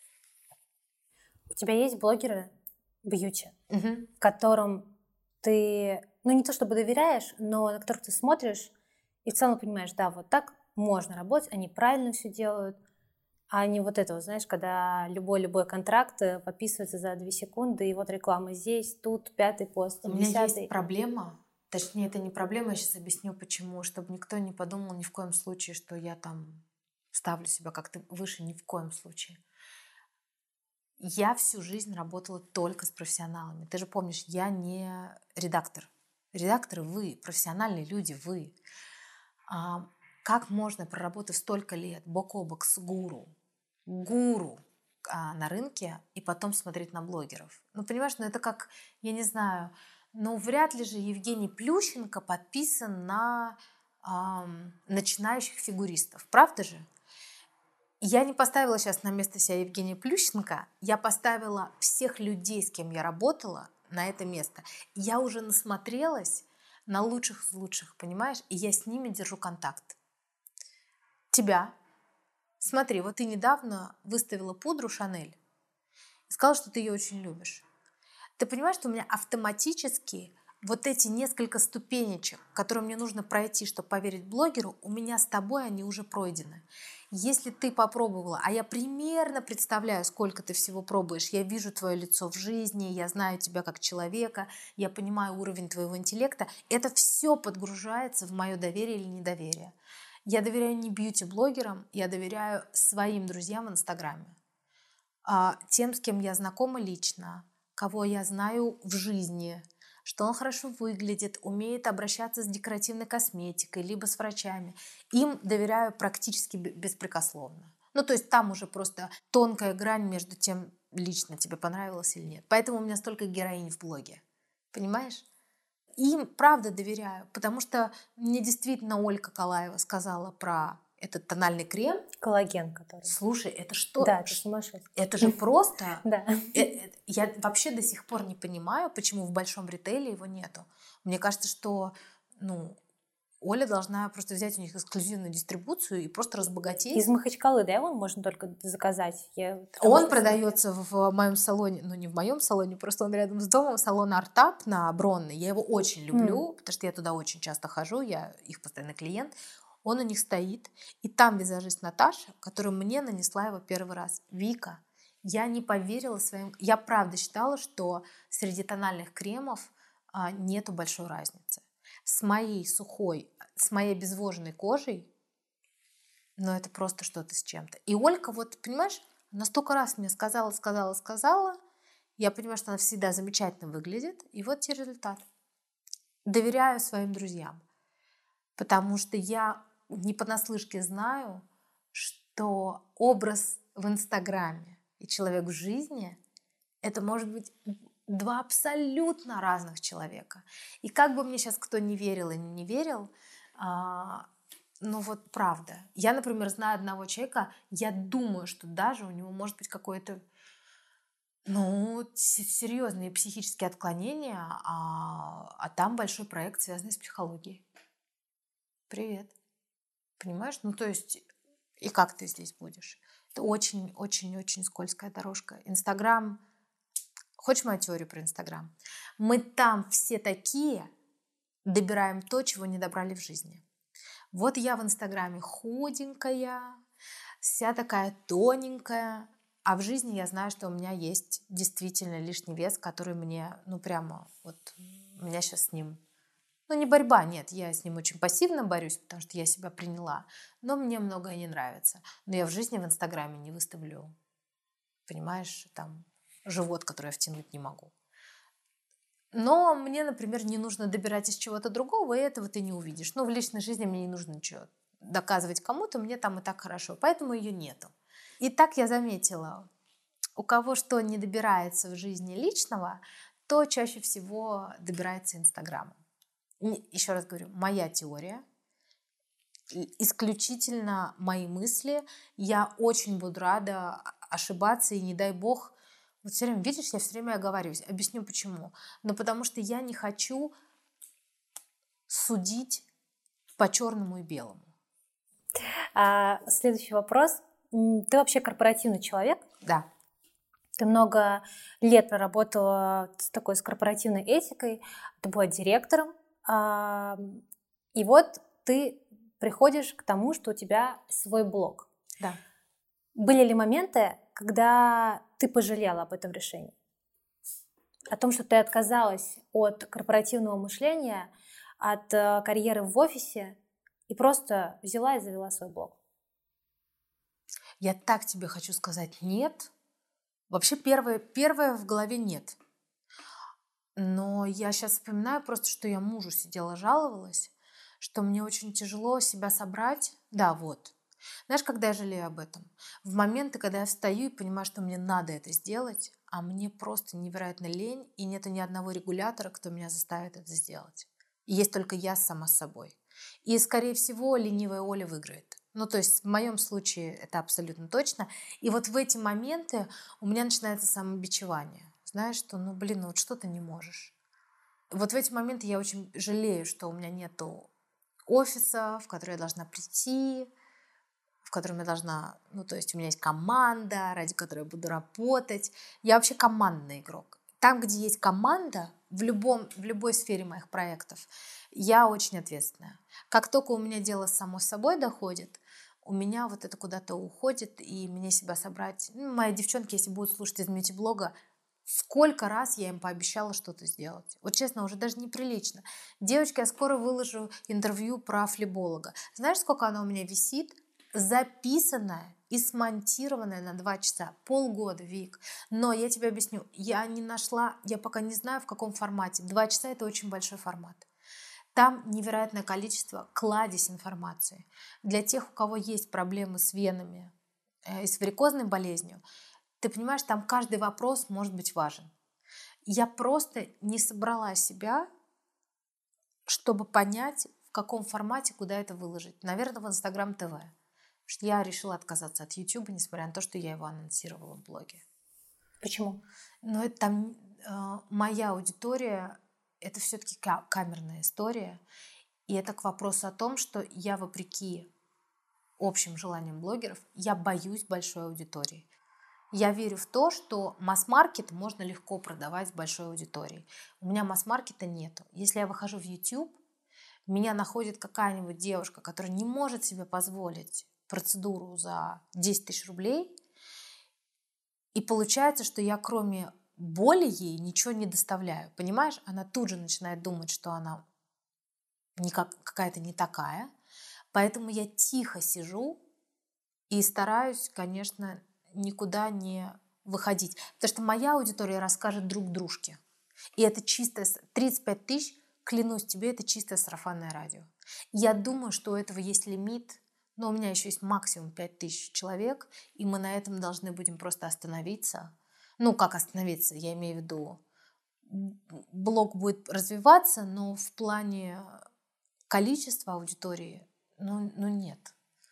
У тебя есть блогеры бьюти, которым ты, ну не то чтобы доверяешь, но на которых ты смотришь и в целом понимаешь, да, вот так можно работать, они правильно все делают, а не вот это, вот, знаешь, когда любой контракт подписывается за 2 секунды, и вот реклама здесь, тут, 5-й пост, 10-й. У меня есть проблема, точнее, это не проблема, я сейчас объясню, почему, чтобы никто не подумал ни в коем случае, что я там ставлю себя как-то выше, ни в коем случае. Я всю жизнь работала только с профессионалами. Ты же помнишь, я не редактор. Редакторы вы, профессиональные люди вы. Как можно, проработав столько лет бок о бок с гуру на рынке и потом смотреть на блогеров? Ну, понимаешь, ну это как, я не знаю, ну вряд ли же Евгений Плющенко подписан на начинающих фигуристов, правда же? Я не поставила сейчас на место себя Евгения Плющенко, я поставила всех людей, с кем я работала, на это место. Я уже насмотрелась на лучших из лучших, понимаешь? И я с ними держу контакт. Тебя. Смотри, вот ты недавно выставила пудру Шанель и сказала, что ты ее очень любишь. Ты понимаешь, что у меня автоматически вот эти несколько ступенечек, которые мне нужно пройти, чтобы поверить блогеру, у меня с тобой они уже пройдены. Если ты попробовала, а я примерно представляю, сколько ты всего пробуешь, я вижу твое лицо в жизни, я знаю тебя как человека, я понимаю уровень твоего интеллекта, это все подгружается в мое доверие или недоверие. Я доверяю не бьюти-блогерам, я доверяю своим друзьям в Инстаграме. Тем, с кем я знакома лично, кого я знаю в жизни, что он хорошо выглядит, умеет обращаться с декоративной косметикой, либо с врачами. Им доверяю практически беспрекословно. Ну, то есть там уже просто тонкая грань между тем, лично тебе понравилось или нет. Поэтому у меня столько героинь в блоге. Понимаешь? Им правда доверяю, потому что мне действительно Ольга Калаева сказала про этот тональный крем. Коллаген, который. Слушай, это что? Да, это сумасшедшее. Это же просто... Да. Я вообще до сих пор не понимаю, почему в большом ритейле его нету. Мне кажется, что Оля должна просто взять у них эксклюзивную дистрибуцию и просто разбогатеть. Из Махачкалы, да, его можно только заказать? Он продается в моем салоне, ну не в моем салоне, просто он рядом с домом, салон Артап на Бронной. Я его очень люблю, потому что я туда очень часто хожу, я их постоянный клиент. Он у них стоит, и там визажист Наташа, которая мне нанесла его первый раз. Вика, я не поверила своим... Я правда считала, что среди тональных кремов нету большой разницы. С моей сухой, с моей обезвоженной кожей, но это просто что-то с чем-то. И Олька, вот, понимаешь, она столько раз мне сказала, я понимаю, что она всегда замечательно выглядит, и вот те результаты. Доверяю своим друзьям, потому что я не понаслышке знаю, что образ в Инстаграме и человек в жизни – это может быть два абсолютно разных человека. И как бы мне сейчас кто не верил и не верил, ну вот правда. Я, например, знаю одного человека, я думаю, что даже у него может быть какое-то, ну, серьезные психические отклонения, а там большой проект, связанный с психологией. Привет. Понимаешь? Ну, то есть, и как ты здесь будешь? Это очень-очень-очень скользкая дорожка. Инстаграм. Хочешь мою теорию про Инстаграм? Мы там все такие добираем то, чего не добрали в жизни. Вот я в Инстаграме худенькая, вся такая тоненькая, а в жизни я знаю, что у меня есть действительно лишний вес, который мне, ну прямо, вот у меня сейчас с ним, ну не борьба, нет, я с ним очень пассивно борюсь, потому что я себя приняла, но мне многое не нравится. Но я в жизни в Инстаграме не выставлю, понимаешь, там живот, который я втянуть не могу. Но мне, например, не нужно добирать из чего-то другого, и этого ты не увидишь. Ну, в личной жизни мне не нужно ничего доказывать кому-то, мне там и так хорошо, поэтому ее нету. И так я заметила, у кого что не добирается в жизни личного, то чаще всего добирается Инстаграмом. Еще раз говорю, моя теория, исключительно мои мысли. Я очень буду рада ошибаться, и не дай бог. Вот все время, видишь, я все время оговариваюсь. Объясню почему. Но потому что я не хочу судить по черному и белому. Следующий вопрос. Ты вообще корпоративный человек? Да. Ты много лет проработала с корпоративной этикой, ты была директором, и вот ты приходишь к тому, что у тебя свой блог. Да. Были ли моменты, когда ты пожалела об этом решении? О том, что ты отказалась от корпоративного мышления, от карьеры в офисе и просто взяла и завела свой блог? Я так тебе хочу сказать нет. Вообще первое в голове нет. Но я сейчас вспоминаю просто, что я мужу сидела, жаловалась, что мне очень тяжело себя собрать. Да, вот. Знаешь, когда я жалею об этом? В моменты, когда я встаю и понимаю, что мне надо это сделать, а мне просто невероятно лень, и нету ни одного регулятора, кто меня заставит это сделать. И есть только я сама с собой. И, скорее всего, ленивая Оля выиграет. Ну, то есть в моем случае это абсолютно точно. И вот в эти моменты у меня начинается самобичевание. Знаешь, что, ну, блин, ну вот что ты не можешь. Вот в эти моменты я очень жалею, что у меня нету офиса, в который я должна прийти, в котором я должна, ну, то есть у меня есть команда, ради которой я буду работать. Я вообще командный игрок. Там, где есть команда, в любой сфере моих проектов, я очень ответственная. Как только у меня дело само собой доходит, у меня вот это куда-то уходит, и мне себя собрать... Ну, мои девчонки, если будут слушать из мьюти-блога, сколько раз я им пообещала что-то сделать. Вот честно, уже даже неприлично. Девочки, я скоро выложу интервью про флеболога. Знаешь, сколько оно у меня висит? Записанная и смонтированная на 2 часа. Полгода, Вик. Но я тебе объясню, я не нашла, я пока не знаю, в каком формате. 2 часа – это очень большой формат. Там невероятное количество, кладезь информации. Для тех, у кого есть проблемы с венами и с варикозной болезнью, ты понимаешь, там каждый вопрос может быть важен. Я просто не собрала себя, чтобы понять, в каком формате, куда это выложить. Наверное, в Инстаграм ТВ. Потому что я решила отказаться от Ютуба, несмотря на то, что я его анонсировала в блоге. Почему? Но это там моя аудитория, это все-таки камерная история. И это к вопросу о том, что я, вопреки общим желаниям блогеров, я боюсь большой аудитории. Я верю в то, что масс-маркет можно легко продавать с большой аудиторией. У меня масс-маркета нету. Если я выхожу в YouTube, меня находит какая-нибудь девушка, которая не может себе позволить процедуру за 10 тысяч рублей, и получается, что я кроме боли ей ничего не доставляю. Понимаешь? Она тут же начинает думать, что она какая-то не такая. Поэтому я тихо сижу и стараюсь, конечно, никуда не выходить. Потому что моя аудитория расскажет друг дружке. И это чистое 35 тысяч, клянусь тебе, это чистое сарафанное радио. Я думаю, что у этого есть лимит, но у меня еще есть максимум 5 тысяч человек, и мы на этом должны будем просто остановиться. Ну, как остановиться? Я имею в виду, блог будет развиваться, но в плане количества аудитории, нет.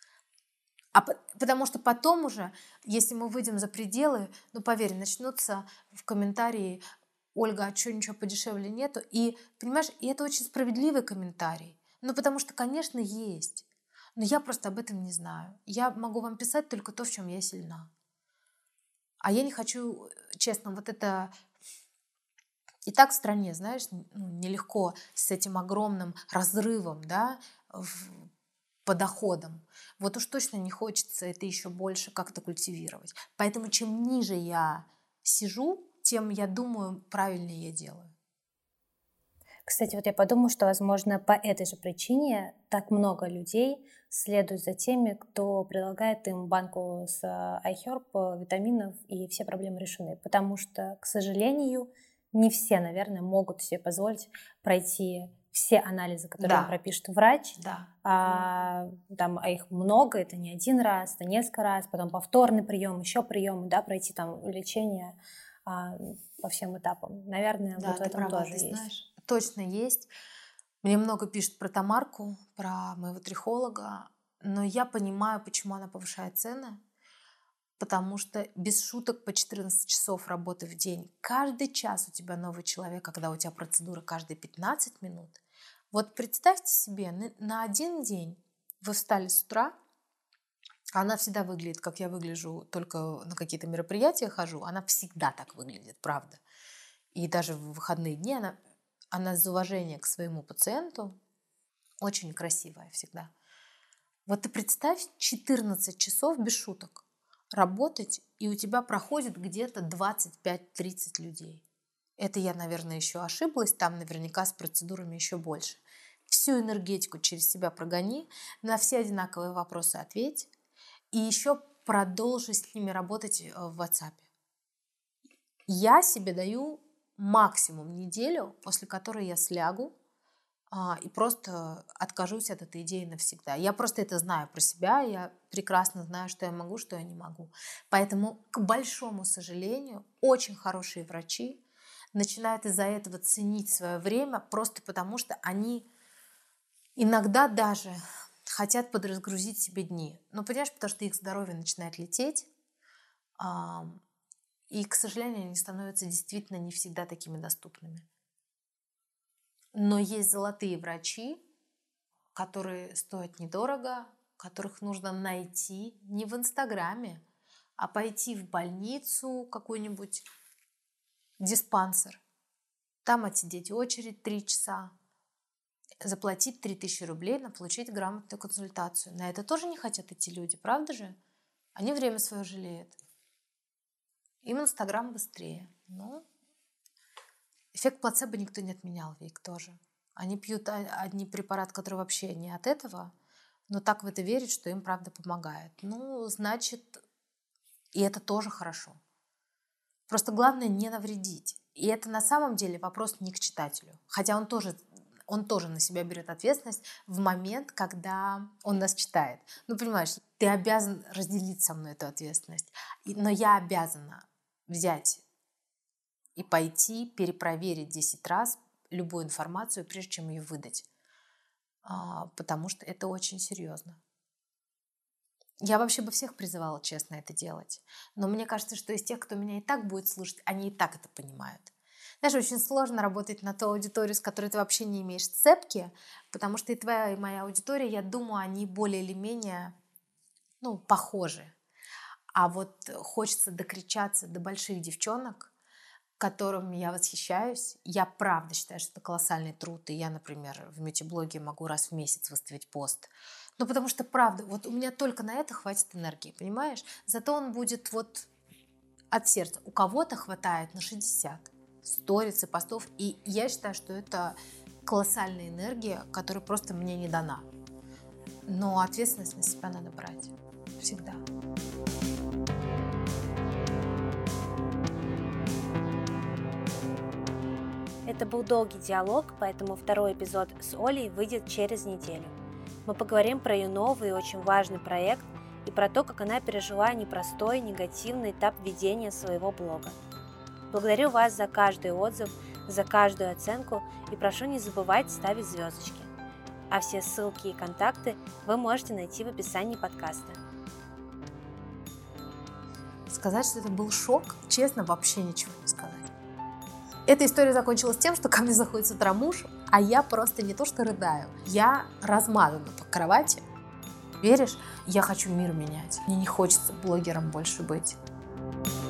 Потому что потом уже, если мы выйдем за пределы, поверь, начнутся в комментарии: Ольга, а что, ничего подешевле нету? И, понимаешь, и это очень справедливый комментарий. Потому что, конечно, есть. Но я просто об этом не знаю. Я могу вам писать только то, в чем я сильна. А я не хочу, честно, вот это... И так в стране, знаешь, нелегко с этим огромным разрывом, да, по доходам. Вот уж точно не хочется это еще больше как-то культивировать. Поэтому чем ниже я сижу, тем, я думаю, правильнее я делаю. Кстати, вот я подумала, что, возможно, по этой же причине так много людей следуют за теми, кто предлагает им банку с iHerb, витаминов, и все проблемы решены. Потому что, к сожалению, не все, наверное, могут себе позволить пройти все анализы, которые им пропишет врач. Да. А их много, это не один раз, это несколько раз, потом повторный прием, еще прием, да, пройти там лечение по всем этапам. Наверное, да, вот в этом права, тоже есть. Знаешь, точно есть. Мне много пишут про Тамарку, про моего трихолога, но я понимаю, почему она повышает цены. Потому что без шуток по 14 часов работы в день. Каждый час у тебя новый человек, когда у тебя процедура каждые 15 минут. Вот представьте себе, на один день вы встали с утра, она всегда выглядит, как я выгляжу, только на какие-то мероприятия хожу. Она всегда так выглядит, правда. И даже в выходные дни она из уважения к своему пациенту очень красивая всегда. Вот ты представь 14 часов без шуток работать, и у тебя проходит где-то 25-30 людей. Это я, наверное, еще ошиблась, там наверняка с процедурами еще больше. Всю энергетику через себя прогони, на все одинаковые вопросы ответь, и еще продолжи с ними работать в WhatsApp. Я себе даю максимум неделю, после которой я слягу, и просто откажусь от этой идеи навсегда. Я просто это знаю про себя, я прекрасно знаю, что я могу, что я не могу. Поэтому, к большому сожалению, очень хорошие врачи начинают из-за этого ценить свое время просто потому, что они иногда даже хотят подразгрузить себе дни. Понимаешь, потому что их здоровье начинает лететь, и, к сожалению, они становятся действительно не всегда такими доступными. Но есть золотые врачи, которые стоят недорого, которых нужно найти не в Инстаграме, а пойти в больницу, какой-нибудь диспансер. Там отсидеть очередь 3 часа, заплатить 3000 рублей, получить грамотную консультацию. На это тоже не хотят идти люди, правда же? Они время свое жалеют. Им Инстаграм быстрее. Эффект плацебо никто не отменял, Вик, тоже. Они пьют одни препараты, которые вообще не от этого, но так в это верят, что им правда помогает. Значит, и это тоже хорошо. Просто главное не навредить. И это на самом деле вопрос не к читателю. Хотя он тоже на себя берет ответственность в момент, когда он нас читает. Понимаешь, ты обязан разделить со мной эту ответственность. Но я обязана взять и пойти перепроверить 10 раз любую информацию, прежде чем ее выдать. Потому что это очень серьезно. Я вообще бы всех призывала честно это делать. Но мне кажется, что из тех, кто меня и так будет слушать, они и так это понимают. Знаешь, очень сложно работать на ту аудиторию, с которой ты вообще не имеешь сцепки, потому что и твоя, и моя аудитория, я думаю, они более или менее, похожи. А вот хочется докричаться до больших девчонок, которыми я восхищаюсь. Я правда считаю, что это колоссальный труд. И я, например, в мьюти-блоге могу раз в месяц выставить пост. Потому что, правда, вот у меня только на это хватит энергии, понимаешь? Зато он будет вот от сердца. У кого-то хватает на 60 сториц и постов. И я считаю, что это колоссальная энергия, которая просто мне не дана. Но ответственность на себя надо брать. Всегда. Это был долгий диалог, поэтому второй эпизод с Олей выйдет через неделю. Мы поговорим про ее новый и очень важный проект и про то, как она пережила непростой, негативный этап ведения своего блога. Благодарю вас за каждый отзыв, за каждую оценку и прошу не забывать ставить звездочки. А все ссылки и контакты вы можете найти в описании подкаста. Сказать, что это был шок, честно, вообще ничего не сказать. Эта история закончилась тем, что ко мне заходит с утра муж, а я просто не то что рыдаю, я размазана по кровати. Веришь? Я хочу мир менять. Мне не хочется блогером больше быть.